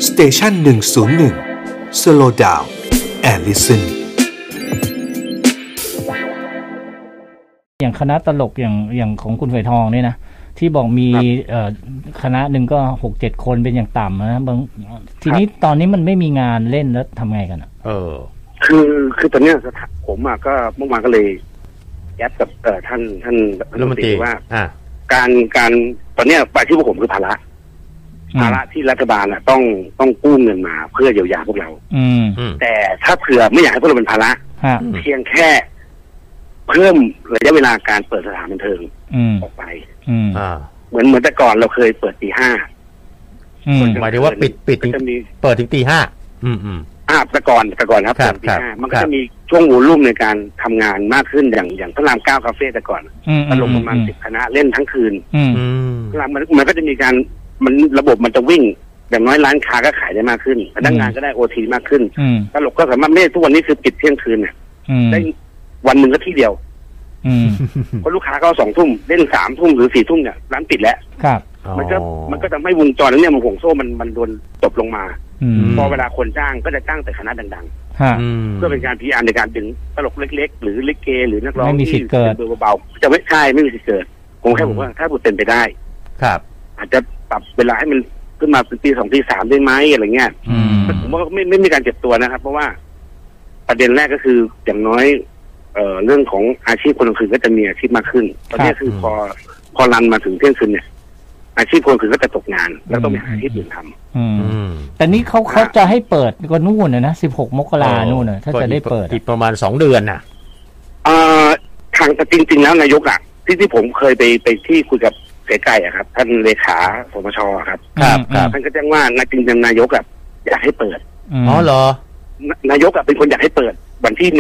สเตชัน101 Slow Down and Listen อย่างคณะตลกอย่างของคุณฝอยทองเนี่ยนะที่บอกมีคณะหนึ่งก็ 6-7 คนเป็นอย่างต่ำนะบางทีนี้ตอนนี้มันไม่มีงานเล่นแล้วทำไงกันคือตอนนี้ผมก็เมื่อวานก็เลยแย้มกับท่านรัฐมนตรีว่าการตอนนี้ไปที่พวกผมคือภาระที่รัฐบาลต้องกู้เงินมาเพื่อเยียวยาพวกเราแต่ถ้าเผื่อไม่อยากให้พวกเราเป็นภาระเพียงแค่เพิ่มระยะเวลาการเปิดสถานบันเทิงออกไปเหมือนแต่ก่อนเราเคยเปิดตี 5 หมายถึงว่าปิดเปิดถึงตี 5 แต่ก่อนครับตี 5มันก็จะมีช่วงวอลลุ่มในการทำงานมากขึ้นอย่างพระราม 9คาเฟ่แต่ก่อนตลกประมาณ10คณะเล่นทั้งคืนมันก็จะมีการระบบมันจะวิ่งอย่างน้อยร้านค้าก็ขายได้มากขึ้นพนักงานก็ได้โอทีมากขึ้นตลกก็สามารถไม่ทุกวันนี้คือปิดเที่ยงคืนเนี่ยได้วันหนึ่งก็ที่เดียวเพราะลูกค้าก็2 ทุ่มเล่น3 ทุ่มหรือ4 ทุ่มเนี่ยร้านปิดแล้วมันก็ทำให้วงจรเนี่ยมันห่วงโซ่มันโดนจบลงมาพอเวลาคนจ้างก็จะจ้างแต่คณะดังๆเพื่อเป็นการพีอาร์ในการดึงตลกเล็กๆหรือลิเกหรือนักร้องที่เบาๆจะไม่ใช่ไม่มีสิทธิ์เกิดผมแค่บอกว่าถ้าบุตรเป็นไปได้อาจจะปรับเวลาให้มันขึ้นมาเป็นตี 2 ตี 3ได้ไหมอะไรเงี้ยผมว่าไม่มีการเจ็บตัวนะครับเพราะว่าประเด็นแรกก็คืออย่างน้อยเรื่องของอาชีพคนกลางคืนก็จะมีอาชีพมากขึ้นตอนนี้คือพอรันมาถึงเที่ยงคืนเนี่ยอาชีพคนกลางคืนก็จะตกงานแล้วต้องไปหาอาชีพอื่นทำแต่นี้เขาจะให้เปิดก็นู่นนะ16 มกรานู่นถ้าจะได้เปิดอีกประมาณ2 เดือนน่ะทางจริงๆแล้วนายกที่ผมเคยไปที่คุยกับเสไก่ครับท่านเลขาสมชครับท่านก็แจ้งว่าจริงๆนายกอยากให้เปิดเหรอนายกเป็นคนอยากให้เปิดวันที่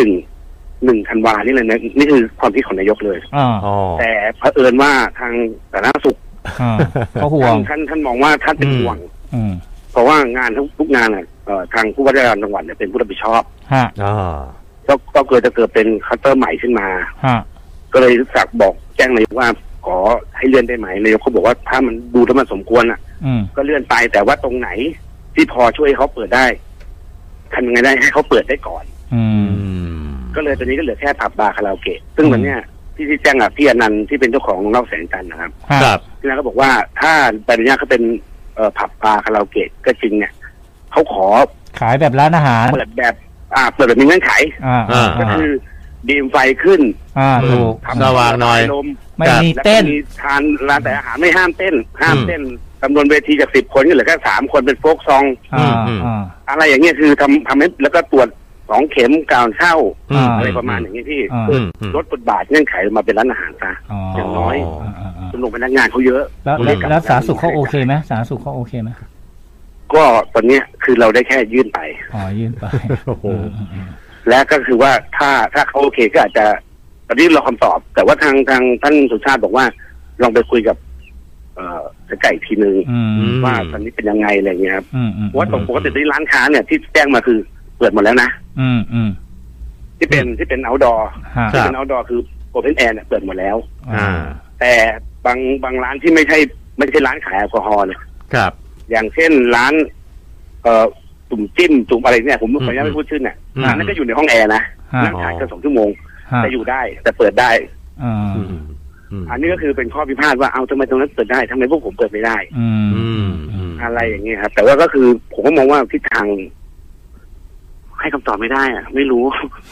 1 ธันวานี่เลยนะนี่คือความคิดของนายกเลยแต่เผอิญว่าทางสาธารณสุขเขาห่วงท่านมองว่าท่านเป็นห่วงเพราะว่างานทุกงานทางผู้ว่าราชการจังหวัดเนี่ยเป็นผู้รับผิดชอบก็จะเกิดเป็นคัตเตอร์ใหม่ขึ้นมาก็เลยฝากบอกแจ้งนายกว่าขอให้เลื่อนได้ไหมนายกเขาบอกว่าถ้ามันดูแล้วมันสมควรก็เลื่อนไปแต่ว่าตรงไหนที่พอช่วยเขาเปิดได้ทำยังไงได้ให้เขาเปิดได้ก่อนก็เลยตอนนี้ก็เหลือแค่ผับบาร์คาราโอเกะซึ่งวันเนี้ยที่แจ้งกับพี่อนันต์ที่เป็นเจ้าของเล่าแสงจันทร์นะครับพี่อนันต์ก็บอกว่าถ้าใบอนุญาตเขาเป็นผับบาร์คาราโอเกะก็จริงเนี่ยเขาขอขายแบบร้านอาหารเปิดแบบมีเงื่อนไขก็คือดีมไฟขึ้นถูกสว่างหน่อยไม่มีเต้นทานร้านแต่อาหารไม่ห้ามเต้นจำนวนเวทีจาก10 คนก็เหลือแค่3 คนเป็นโฟกซองอะไรอย่างเงี้ยคือทำให้แล้วก็ตรวจ2 เข็มการเข้าอะไรประมาณอย่างนี้ที่ลดบทบาทเงื่อนไขมาเป็นร้านอาหารซะอย่างน้อยจำนวนพนักงานเขาเยอะแล้วสาธารณสุขเขาโอเคไหมสาธารณสุขเขาโอเคไหมก็ตอนนี้คือเราได้แค่ยื่นไปยื่นไปและก็คือว่าถ้าเขาโอเคก็อาจจะตอนนี้เราคำตอบแต่ว่าทางท่านสุชาติบอกว่าลองไปคุยกับเสไก่ทีนึงว่าตอนนี้เป็นยังไงอะไรเงี้ยครับว่าปกติที่ร้านค้าเนี่ยที่แจ้งมาคือเปิดหมดแล้วนะที่เป็นoutdoorที่เป็นoutdoorคือopen airเนี่ยเปิดหมดแล้วแต่บางร้านที่ไม่ใช่ร้านขายแอลกอฮอล์เนี่ยอย่างเช่นร้านจุ่มจิ้มจุ่มอะไรเนี่ยผมขออนุญาตไม่พูดชื่อเนี่ยร้านนั้นก็อยู่ในห้องแอร์นะนั่งขายกัน2 ชั่วโมงแต่อยู่ได้แต่เปิดได้อันนี้ก็คือเป็นข้อพิพาทว่าเอาทำไมตรงนั้นเปิดได้ทำไมพวกผมเปิดไม่ได้อะไรอย่างเงี้ยครับแต่ว่าก็คือผมก็มองว่าทิศทางให้คำตอบไม่ได้ไม่รู้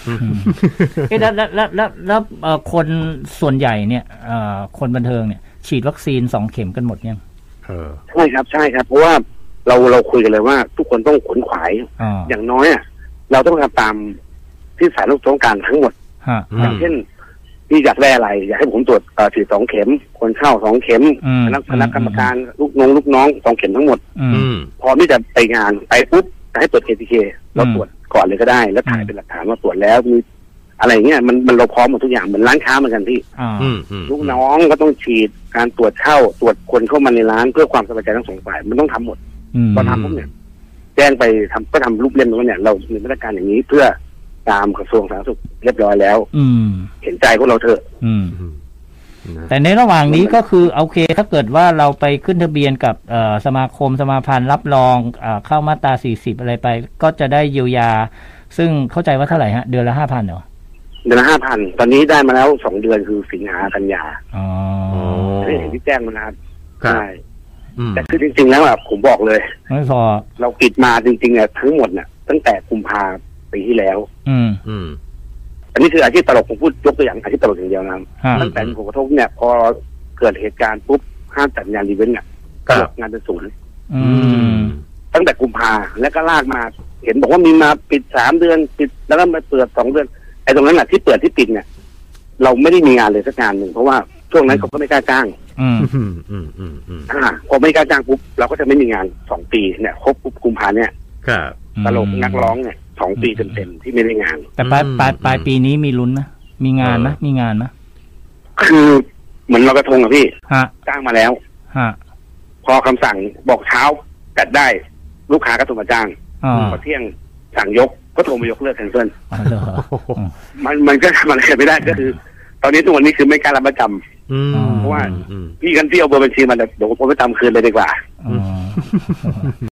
แล้วคนส่วนใหญ่เนี่ยคนบันเทิงเนี่ยฉีดวัคซีน2 เข็มกันหมดยังใช่ครับเพราะว่าเราคุยกันเลยว่าทุกคนต้องขวนขวายอย่างน้อยเราต้องทำตามที่สาธารณสุขต้องการทั้งหมดอย่างเช่นพี่อยากได้อะไรอยากให้ผมตรวจฉีด2 เข็มคนเข้า2 เข็มคณะกรรมการลูกน้อง2 เข็มทั้งหมดพอที่จะไปงานไปปุ๊บจะให้ตรวจ ATK เราตรวจก่อนเลยก็ได้แล้วถ่ายเป็นหลักฐานว่าตรวจแล้วมีอะไรเงี้ยมันเราพร้อมหมดทุกอย่างเหมือนร้านค้าเหมือนกันที่ลูกน้องก็ต้องฉีดการตรวจเข้าตรวจคนเข้ามาในร้านเพื่อความสบายใจทั้ง2 ฝ่ายมันต้องทำหมดพอทำปุ๊บเนี่ยแจ้งไปก็ทำรูปเล่มตรงนี้เนี่ยเรามีมาตรการอย่างนี้เพื่อตามกระทรวงสาธารณสุขเรียบร้อยแล้วเห็นใจพวกเราเถอะแต่ในระหว่างนี้ก็คือโอเคถ้าเกิดว่าเราไปขึ้นทะเบียนกับสมาคมสมาพันธ์รับรองเข้ามาตรา40อะไรไปก็จะได้เยียวยาซึ่งเข้าใจว่าเท่าไหร่ฮะเดือนละ 5,000 เหรอเดือนละ 5,000 ตอนนี้ได้มาแล้ว2 เดือนคือสิงหากันยาอ๋อเห็นที่แจ้งมานะครับใช่แต่คือจริงๆแล้วผมบอกเลยไม่พอเราปิดมาจริงๆทั้งหมดเนี่ยตั้งแต่กุมภาปีที่แล้วอันนี้คืออาชีพตลกผมพูดยกตัวอย่างอาชีพตลกอย่างเดียวนะตั้งแต่ผลกระทบเนี่ยพอเกิดเหตุการณ์ปุ๊บห้ามจัดงานอีเวนต์เนี่ยก็งานเป็นศูนย์ตั้งแต่กุมภาแล้วก็ลากมาเห็นบอกว่ามีมาปิด3 เดือนปิดแล้วก็มาเปิด2 เดือนไอ้ตรงนั้นแหละที่เปิดที่ปิดเนี่ยเราไม่ได้มีงานเลยสักงานหนึ่งเพราะว่าช่วงนั้นเขาก็ไม่กล้าจ้างพอไม่กล้าจ้างปุ๊บเราก็จะไม่มีงาน2 ปีเนี่ยครบปุ๊บกุมภาเนี่ยตลกนักร้องเนี่ย2 ปีเต็มๆที่ไม่ได้งานแต่ปลายปีนี้มีลุ้นไหมมีงานไหมมีงานไหมคือเหมือนลอยกระทงอะพี่จ้างมาแล้วพอคำสั่งบอกเช้าจัดได้ลูกค้าก็โทรมาจ้างพอเที่ยงสั่งยกก็โทรมายกเลิกแคนเซิลมันก็ทำอะไรไม่ได้ก็คือตอนนี้ทุกวันนี้คือไม่กล้ารับประจำเพราะว่าพี่กันที่เอาเบอร์บัญชีมาเดี๋ยวผมไปทำคืนเลยดีกว่า